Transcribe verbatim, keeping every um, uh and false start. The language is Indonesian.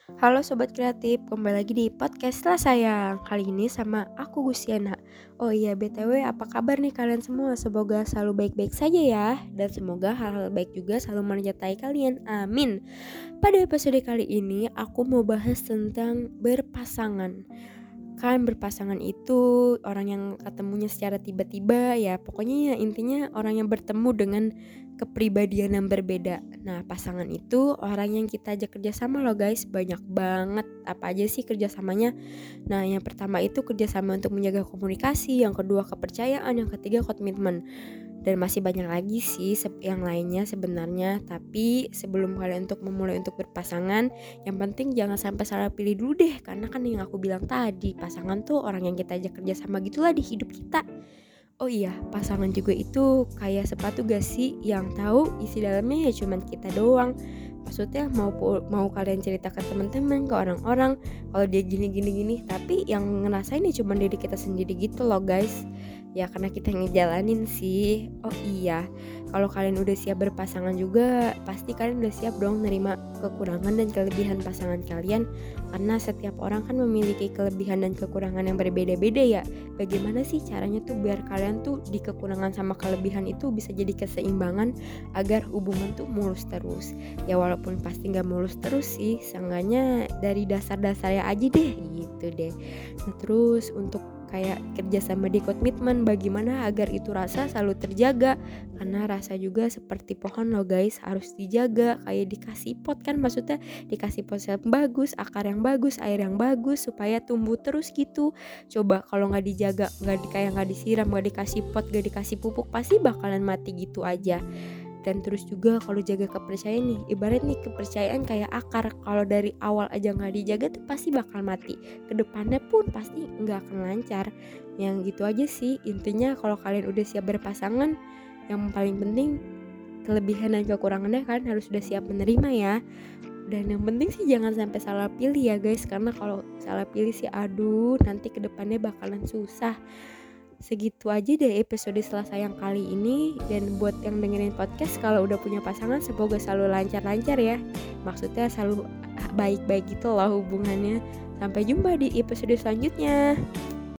Halo Sobat Kreatif, kembali lagi di podcast lah sayang. Kali ini sama aku Gusiana. Oh iya B T W apa kabar nih kalian semua? Semoga selalu baik-baik saja ya. Dan semoga hal-hal baik juga selalu menyertai kalian, amin. Pada episode kali ini aku mau bahas tentang berpasangan. Kan berpasangan itu orang yang ketemunya secara tiba-tiba ya. Pokoknya ya intinya orang yang bertemu dengan kepribadian yang berbeda. Nah pasangan itu orang yang kita ajak kerjasama loh guys. Banyak banget, apa aja sih kerjasamanya. Nah yang pertama itu kerjasama untuk menjaga komunikasi, yang kedua kepercayaan, yang ketiga komitmen. Dan masih banyak lagi sih yang lainnya sebenarnya. Tapi sebelum kalian untuk memulai untuk berpasangan, yang penting jangan sampai salah pilih dulu deh. Karena kan yang aku bilang tadi, pasangan tuh orang yang kita ajak kerja sama gitulah di hidup kita. Oh iya, pasangan juga itu kayak sepatu gak sih? Yang tahu isi dalamnya ya cuman kita doang. Maksudnya mau mau kalian cerita ke teman-teman, ke orang-orang kalau dia gini gini gini, tapi yang ngerasain ya cuma diri kita sendiri gitu loh guys. Ya karena kita ngejalanin sih. Oh iya, kalau kalian udah siap berpasangan juga, pasti kalian udah siap dong nerima kekurangan dan kelebihan pasangan kalian. Karena setiap orang kan memiliki kelebihan dan kekurangan yang berbeda-beda ya. Bagaimana sih caranya tuh biar kalian tuh di kekurangan sama kelebihan itu bisa jadi keseimbangan agar hubungan tuh mulus terus. Ya walaupun pasti gak mulus terus sih, seenggaknya dari dasar-dasarnya aja deh gitu deh. Nah terus untuk kayak kerja sama di komitmen, bagaimana agar itu rasa selalu terjaga. Karena rasa juga seperti pohon loh guys, harus dijaga kayak dikasih pot kan, maksudnya dikasih pot yang bagus, akar yang bagus, air yang bagus supaya tumbuh terus gitu. Coba kalau nggak dijaga, nggak di, kayak nggak disiram, nggak dikasih pot, nggak dikasih pupuk, pasti bakalan mati gitu aja. Dan terus juga kalau jaga kepercayaan nih, ibarat nih kepercayaan kayak akar, kalau dari awal aja nggak dijaga tuh pasti bakal mati. Kedepannya pun pasti nggak akan lancar. Yang gitu aja sih intinya. Kalau kalian udah siap berpasangan, yang paling penting kelebihan dan kekurangannya kan harus udah siap menerima ya. Dan yang penting sih jangan sampai salah pilih ya guys, karena kalau salah pilih sih aduh nanti kedepannya bakalan susah. Segitu aja deh episode Selasa yang kali ini. Dan buat yang dengerin podcast, kalau udah punya pasangan semoga selalu lancar-lancar ya. Maksudnya selalu baik-baik gitu loh hubungannya. Sampai jumpa di episode selanjutnya.